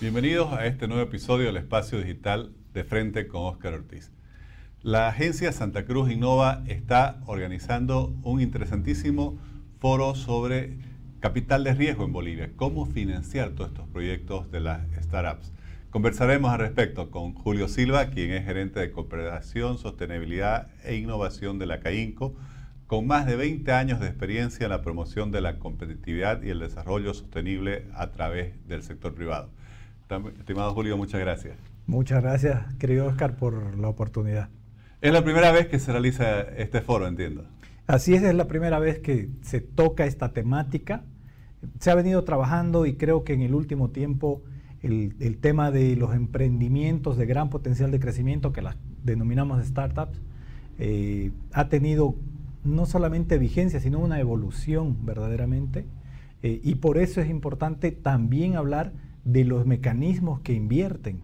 Bienvenidos a este nuevo episodio del Espacio Digital de Frente con Óscar Ortiz. La agencia Santa Cruz Innova está organizando un interesantísimo foro sobre capital de riesgo en Bolivia, cómo financiar todos estos proyectos de las startups. Conversaremos al respecto con Julio Silva, quien es gerente de cooperación, sostenibilidad e innovación de la CAINCO, con más de 20 años de experiencia en la promoción de la competitividad y el desarrollo sostenible a través del sector privado. Estimado Julio, muchas gracias. Muchas gracias, querido Oscar, por la oportunidad. Es la primera vez que se realiza este foro, entiendo. Así es la primera vez que se toca esta temática. Se ha venido trabajando y creo que en el último tiempo el tema de los emprendimientos de gran potencial de crecimiento, que las denominamos startups, ha tenido no solamente vigencia, sino una evolución verdaderamente. Y por eso es importante también hablar de los mecanismos que invierten.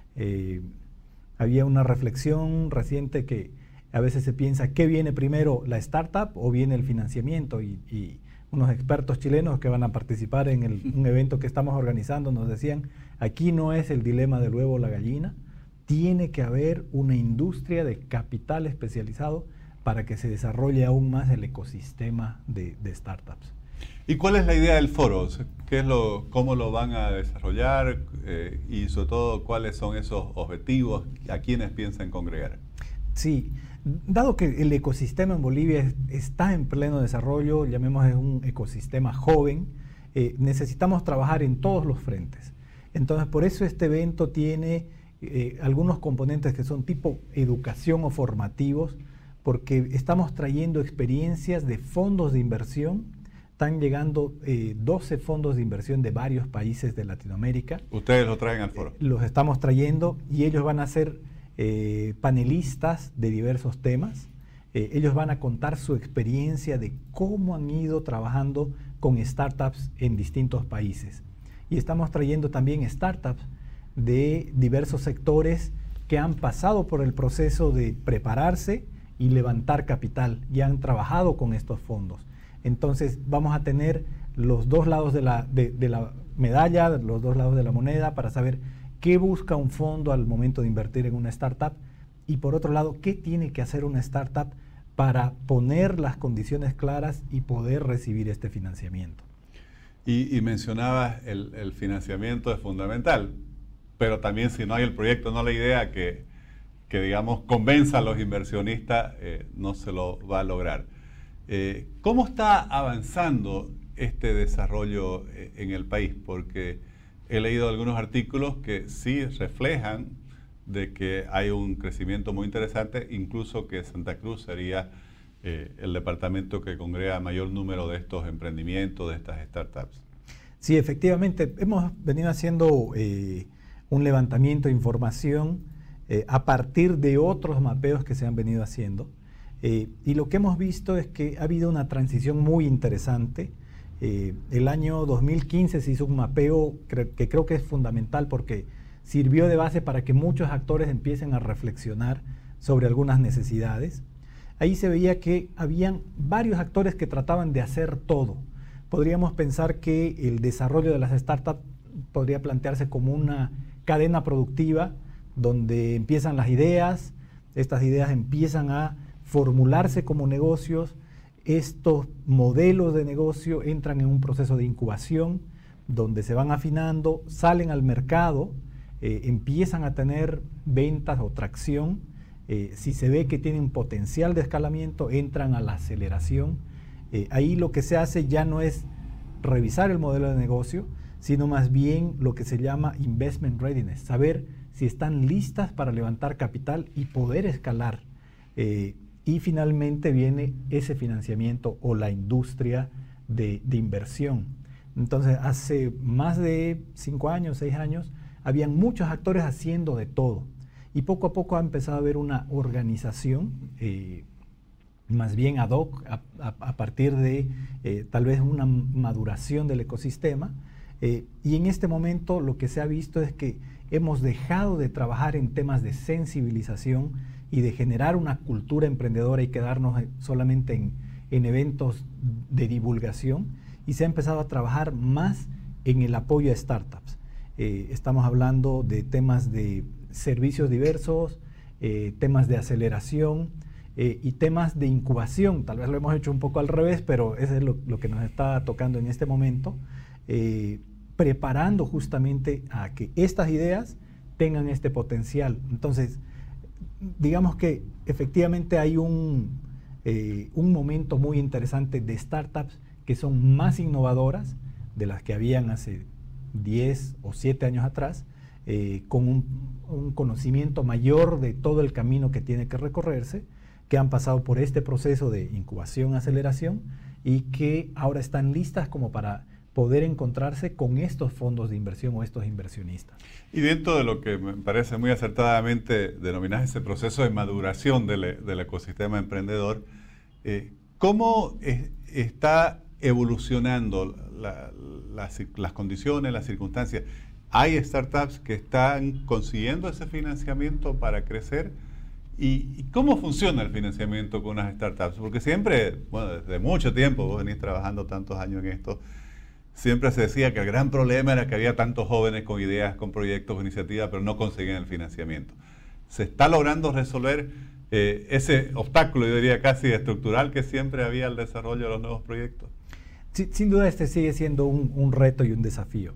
Había una reflexión reciente que a veces se piensa ¿qué viene primero, la startup o viene el financiamiento? Y unos expertos chilenos que van a participar en un evento que estamos organizando nos decían, aquí no es el dilema del huevo o la gallina, tiene que haber una industria de capital especializado para que se desarrolle aún más el ecosistema de startups. ¿Y cuál es la idea del foro? ¿Cómo lo van a desarrollar? Y sobre todo, ¿cuáles son esos objetivos? ¿A quiénes piensan congregar? Sí, dado que el ecosistema en Bolivia está en pleno desarrollo, llamémosle un ecosistema joven, necesitamos trabajar en todos los frentes. Entonces, por eso este evento tiene algunos componentes que son tipo educación o formativos, porque estamos trayendo experiencias de fondos de inversión. Están llegando 12 fondos de inversión de varios países de Latinoamérica. ¿Ustedes lo traen al foro? Los estamos trayendo y ellos van a ser panelistas de diversos temas. Ellos van a contar su experiencia de cómo han ido trabajando con startups en distintos países. Y estamos trayendo también startups de diversos sectores que han pasado por el proceso de prepararse y levantar capital y han trabajado con estos fondos. Entonces vamos a tener los dos lados de la medalla, los dos lados de la moneda para saber qué busca un fondo al momento de invertir en una startup y por otro lado, qué tiene que hacer una startup para poner las condiciones claras y poder recibir este financiamiento. Y mencionabas el financiamiento es fundamental, pero también si no hay el proyecto, no la idea que digamos, convenza a los inversionistas, no se lo va a lograr. ¿Cómo está avanzando este desarrollo en el país? Porque he leído algunos artículos que sí reflejan de que hay un crecimiento muy interesante, incluso que Santa Cruz sería el departamento que congrega mayor número de estos emprendimientos, de estas startups. Sí, efectivamente, hemos venido haciendo un levantamiento de información a partir de otros mapeos que se han venido haciendo. Y lo que hemos visto es que ha habido una transición muy interesante. El año 2015 se hizo un mapeo que creo que es fundamental porque sirvió de base para que muchos actores empiecen a reflexionar sobre algunas necesidades. Ahí se veía que habían varios actores que trataban de hacer todo. Podríamos pensar que el desarrollo de las startups podría plantearse como una cadena productiva donde empiezan las ideas, estas ideas empiezan a formularse como negocios, estos modelos de negocio entran en un proceso de incubación donde se van afinando, salen al mercado, empiezan a tener ventas o tracción, si se ve que tienen potencial de escalamiento, entran a la aceleración. Ahí lo que se hace ya no es revisar el modelo de negocio, sino más bien lo que se llama investment readiness, saber si están listas para levantar capital y poder escalar. Y finalmente viene ese financiamiento o la industria de inversión. Entonces, hace más de 5 años, 6 años, habían muchos actores haciendo de todo. Y poco a poco ha empezado a haber una organización, más bien ad hoc, a partir de tal vez una maduración del ecosistema. Y en este momento lo que se ha visto es que hemos dejado de trabajar en temas de sensibilización y de generar una cultura emprendedora y quedarnos solamente en eventos de divulgación y se ha empezado a trabajar más en el apoyo a startups. estamos hablando de temas de servicios diversos, temas de aceleración y temas de incubación. Tal vez lo hemos hecho un poco al revés, pero eso es lo que nos está tocando en este momento, preparando justamente a que estas ideas tengan este potencial. Entonces, digamos que efectivamente hay un momento muy interesante de startups que son más innovadoras de las que habían hace 10 o 7 años atrás, con un conocimiento mayor de todo el camino que tiene que recorrerse, que han pasado por este proceso de incubación, aceleración, y que ahora están listas como para poder encontrarse con estos fondos de inversión o estos inversionistas. Y dentro de lo que me parece muy acertadamente denominar ese proceso de maduración del ecosistema emprendedor, ¿cómo está evolucionando las condiciones, las circunstancias? ¿Hay startups que están consiguiendo ese financiamiento para crecer? ¿Y cómo funciona el financiamiento con unas startups? Porque siempre, bueno, desde mucho tiempo, vos venís trabajando tantos años en esto, siempre se decía que el gran problema era que había tantos jóvenes con ideas, con proyectos, con iniciativas, pero no conseguían el financiamiento. ¿Se está logrando resolver ese obstáculo, yo diría casi estructural, que siempre había al desarrollo de los nuevos proyectos? Sí, sin duda este sigue siendo un reto y un desafío.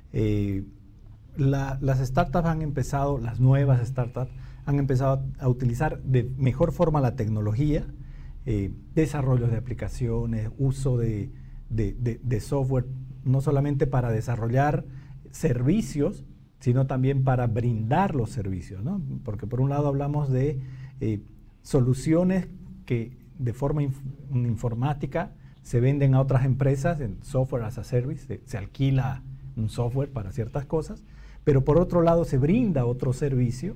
Las startups han empezado, las nuevas startups, han empezado a utilizar de mejor forma la tecnología, desarrollos de aplicaciones, uso de software, no solamente para desarrollar servicios, sino también para brindar los servicios, ¿no? Porque por un lado hablamos de soluciones que de forma informática se venden a otras empresas, en software as a service, se alquila un software para ciertas cosas, pero por otro lado se brinda otro servicio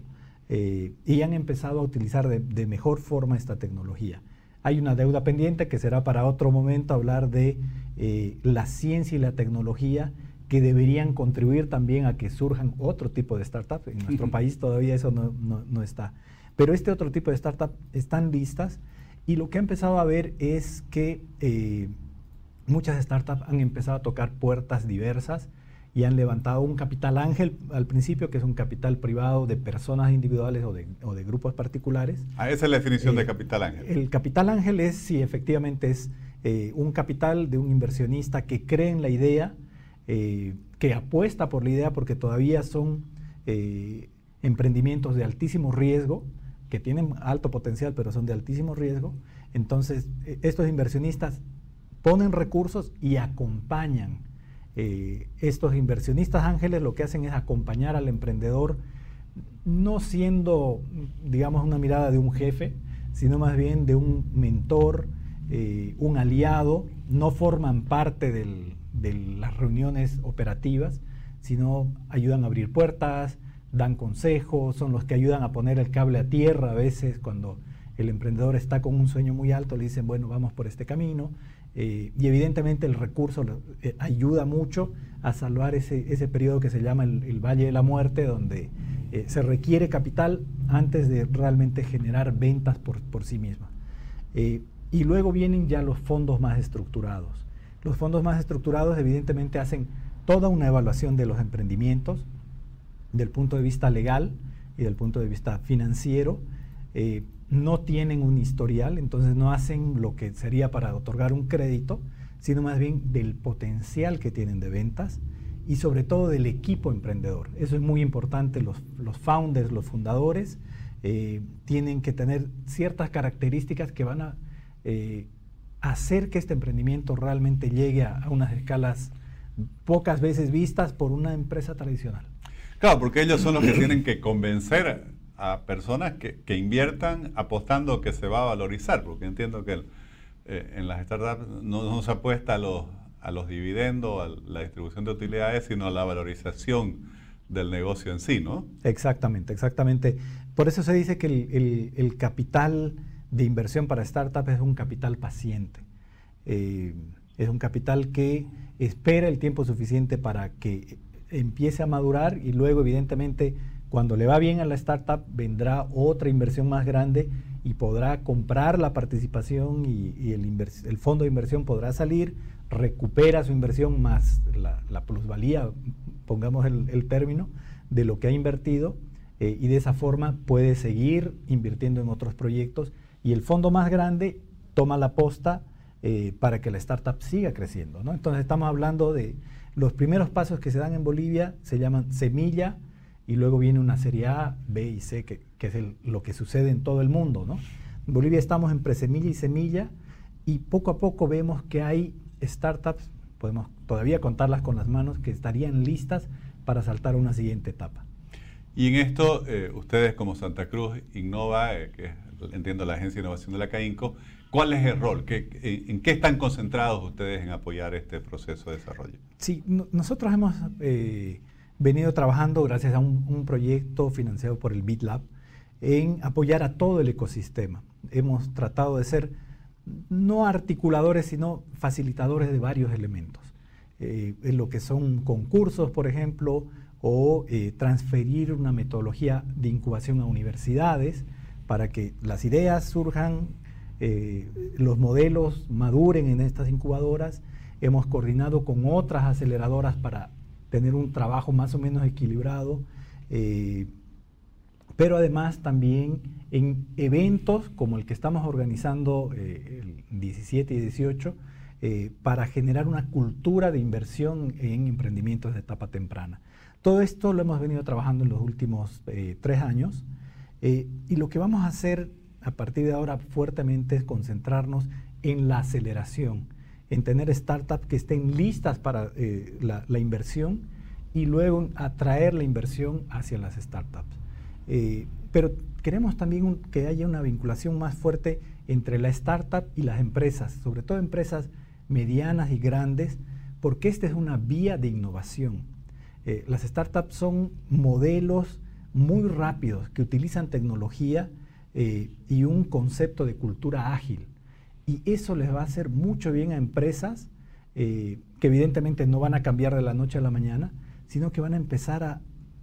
y han empezado a utilizar de mejor forma esta tecnología. Hay una deuda pendiente que será para otro momento hablar de la ciencia y la tecnología que deberían contribuir también a que surjan otro tipo de startups. En nuestro país todavía eso no está. Pero este otro tipo de startups están listas y lo que ha empezado a ver es que muchas startups han empezado a tocar puertas diversas y han levantado un capital ángel al principio, que es un capital privado de personas individuales o de grupos particulares. Esa es la definición de capital ángel. El capital ángel es, sí, efectivamente es un capital de un inversionista que cree en la idea, que apuesta por la idea porque todavía son emprendimientos de altísimo riesgo, que tienen alto potencial pero son de altísimo riesgo. Entonces, estos inversionistas ponen recursos y acompañan. Estos inversionistas ángeles lo que hacen es acompañar al emprendedor, no siendo, digamos, una mirada de un jefe, sino más bien de un mentor, un aliado. No forman parte de las reuniones operativas, sino ayudan a abrir puertas, dan consejos, son los que ayudan a poner el cable a tierra a veces cuando el emprendedor está con un sueño muy alto, le dicen, bueno, vamos por este camino. Y evidentemente el recurso ayuda mucho a salvar ese periodo que se llama el Valle de la Muerte, donde se requiere capital antes de realmente generar ventas por sí misma. Y luego vienen ya los fondos más estructurados. Los fondos más estructurados evidentemente hacen toda una evaluación de los emprendimientos, del punto de vista legal y del punto de vista financiero. No tienen un historial, entonces no hacen lo que sería para otorgar un crédito, sino más bien del potencial que tienen de ventas y sobre todo del equipo emprendedor. Eso es muy importante. Los founders, los fundadores, tienen que tener ciertas características que van a hacer que este emprendimiento realmente llegue a unas escalas pocas veces vistas por una empresa tradicional. Claro, porque ellos son los que tienen que convencer a personas que inviertan apostando que se va a valorizar, porque entiendo que en las startups no se apuesta a los dividendos, a la distribución de utilidades, sino a la valorización del negocio en sí, ¿no? Exactamente, exactamente. Por eso se dice que el capital de inversión para startups es un capital paciente. Es un capital que espera el tiempo suficiente para que empiece a madurar y luego evidentemente cuando le va bien a la startup vendrá otra inversión más grande y podrá comprar la participación y el fondo de inversión podrá salir, recupera su inversión más la plusvalía, pongamos el término, de lo que ha invertido, y de esa forma puede seguir invirtiendo en otros proyectos y el fondo más grande toma la posta para que la startup siga creciendo, ¿no? Entonces estamos hablando de los primeros pasos que se dan en Bolivia, se llaman semilla, y luego viene una serie A, B y C, que es lo que sucede en todo el mundo, ¿no? En Bolivia estamos en presemilla y semilla, y poco a poco vemos que hay startups, podemos todavía contarlas con las manos, que estarían listas para saltar a una siguiente etapa. Y en esto, ustedes como Santa Cruz Innova, que entiendo la Agencia de Innovación de la CAINCO, ¿cuál es el rol? ¿En qué están concentrados ustedes en apoyar este proceso de desarrollo? Sí, nosotros hemos venido trabajando gracias a un proyecto financiado por el BitLab en apoyar a todo el ecosistema. Hemos tratado de ser no articuladores, sino facilitadores de varios elementos. En lo que son concursos, por ejemplo, o transferir una metodología de incubación a universidades para que las ideas surjan, los modelos maduren en estas incubadoras. Hemos coordinado con otras aceleradoras para tener un trabajo más o menos equilibrado, pero además también en eventos como el que estamos organizando el 17 y 18 para generar una cultura de inversión en emprendimientos de etapa temprana. Todo esto lo hemos venido trabajando en los últimos 3 años, y lo que vamos a hacer a partir de ahora fuertemente es concentrarnos en la aceleración, en tener startups que estén listas para la inversión y luego atraer la inversión hacia las startups. Pero queremos también que haya una vinculación más fuerte entre la startup y las empresas, sobre todo empresas medianas y grandes, porque esta es una vía de innovación. Las startups son modelos muy rápidos que utilizan tecnología y un concepto de cultura ágil. Y eso les va a hacer mucho bien a empresas que evidentemente no van a cambiar de la noche a la mañana, sino que van a empezar a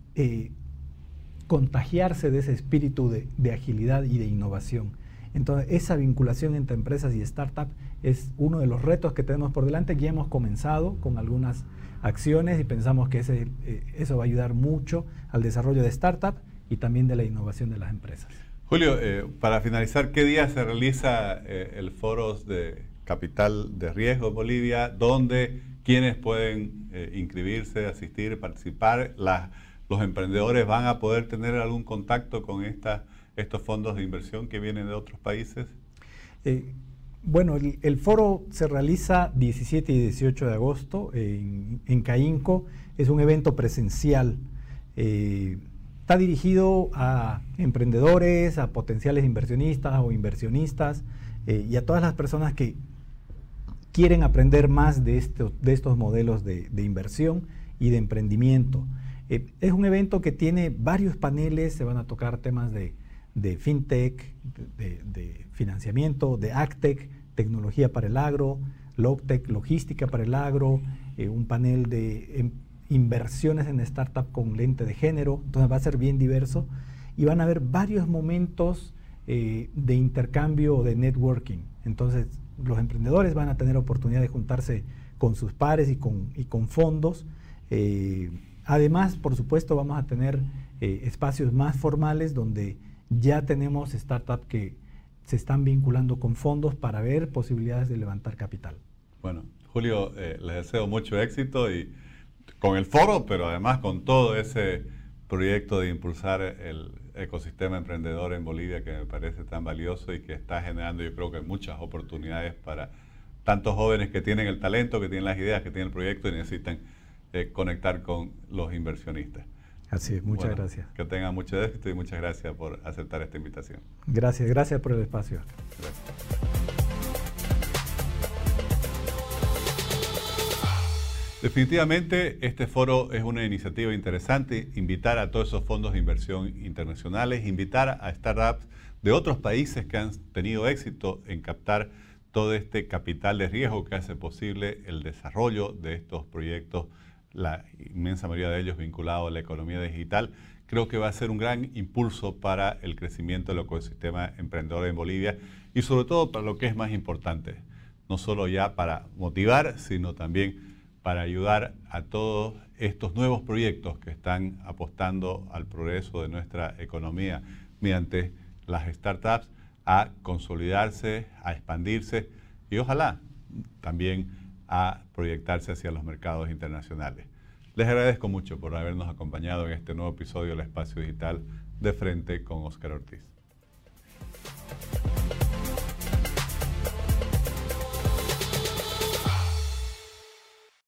contagiarse de ese espíritu de agilidad y de innovación. Entonces, esa vinculación entre empresas y startups es uno de los retos que tenemos por delante. Ya hemos comenzado con algunas acciones y pensamos que eso va a ayudar mucho al desarrollo de startups y también de la innovación de las empresas. Julio, para finalizar, ¿qué día se realiza el Foro de Capital de Riesgo en Bolivia? ¿Dónde? ¿Quiénes pueden inscribirse, asistir, participar? ¿Los emprendedores van a poder tener algún contacto con estos fondos de inversión que vienen de otros países? Bueno, el foro se realiza 17 y 18 de agosto en CAINCO. Es un evento presencial. Está dirigido a emprendedores, a potenciales inversionistas o inversionistas y a todas las personas que quieren aprender más de estos modelos de inversión y de emprendimiento. Es un evento que tiene varios paneles, se van a tocar temas de fintech, de financiamiento, de agtech, tecnología para el agro, logtech, logística para el agro, un panel de inversiones en startup con lente de género. Entonces va a ser bien diverso y van a haber varios momentos de intercambio o de networking. Entonces los emprendedores van a tener oportunidad de juntarse con sus pares y con fondos. Además, por supuesto, vamos a tener espacios más formales donde ya tenemos startups que se están vinculando con fondos para ver posibilidades de levantar capital. Bueno, Julio, les deseo mucho éxito y con el foro, pero además con todo ese proyecto de impulsar el ecosistema emprendedor en Bolivia que me parece tan valioso y que está generando, yo creo que muchas oportunidades para tantos jóvenes que tienen el talento, que tienen las ideas, que tienen el proyecto y necesitan conectar con los inversionistas. Así es, muchas gracias. Que tengan mucho éxito y muchas gracias por aceptar esta invitación. Gracias por el espacio. Gracias. Definitivamente este foro es una iniciativa interesante, invitar a todos esos fondos de inversión internacionales, invitar a startups de otros países que han tenido éxito en captar todo este capital de riesgo que hace posible el desarrollo de estos proyectos, la inmensa mayoría de ellos vinculados a la economía digital, creo que va a ser un gran impulso para el crecimiento del ecosistema emprendedor en Bolivia y sobre todo para lo que es más importante, no solo ya para motivar, sino también para ayudar a todos estos nuevos proyectos que están apostando al progreso de nuestra economía mediante las startups a consolidarse, a expandirse y ojalá también a proyectarse hacia los mercados internacionales. Les agradezco mucho por habernos acompañado en este nuevo episodio del Espacio Digital de Frente con Óscar Ortiz.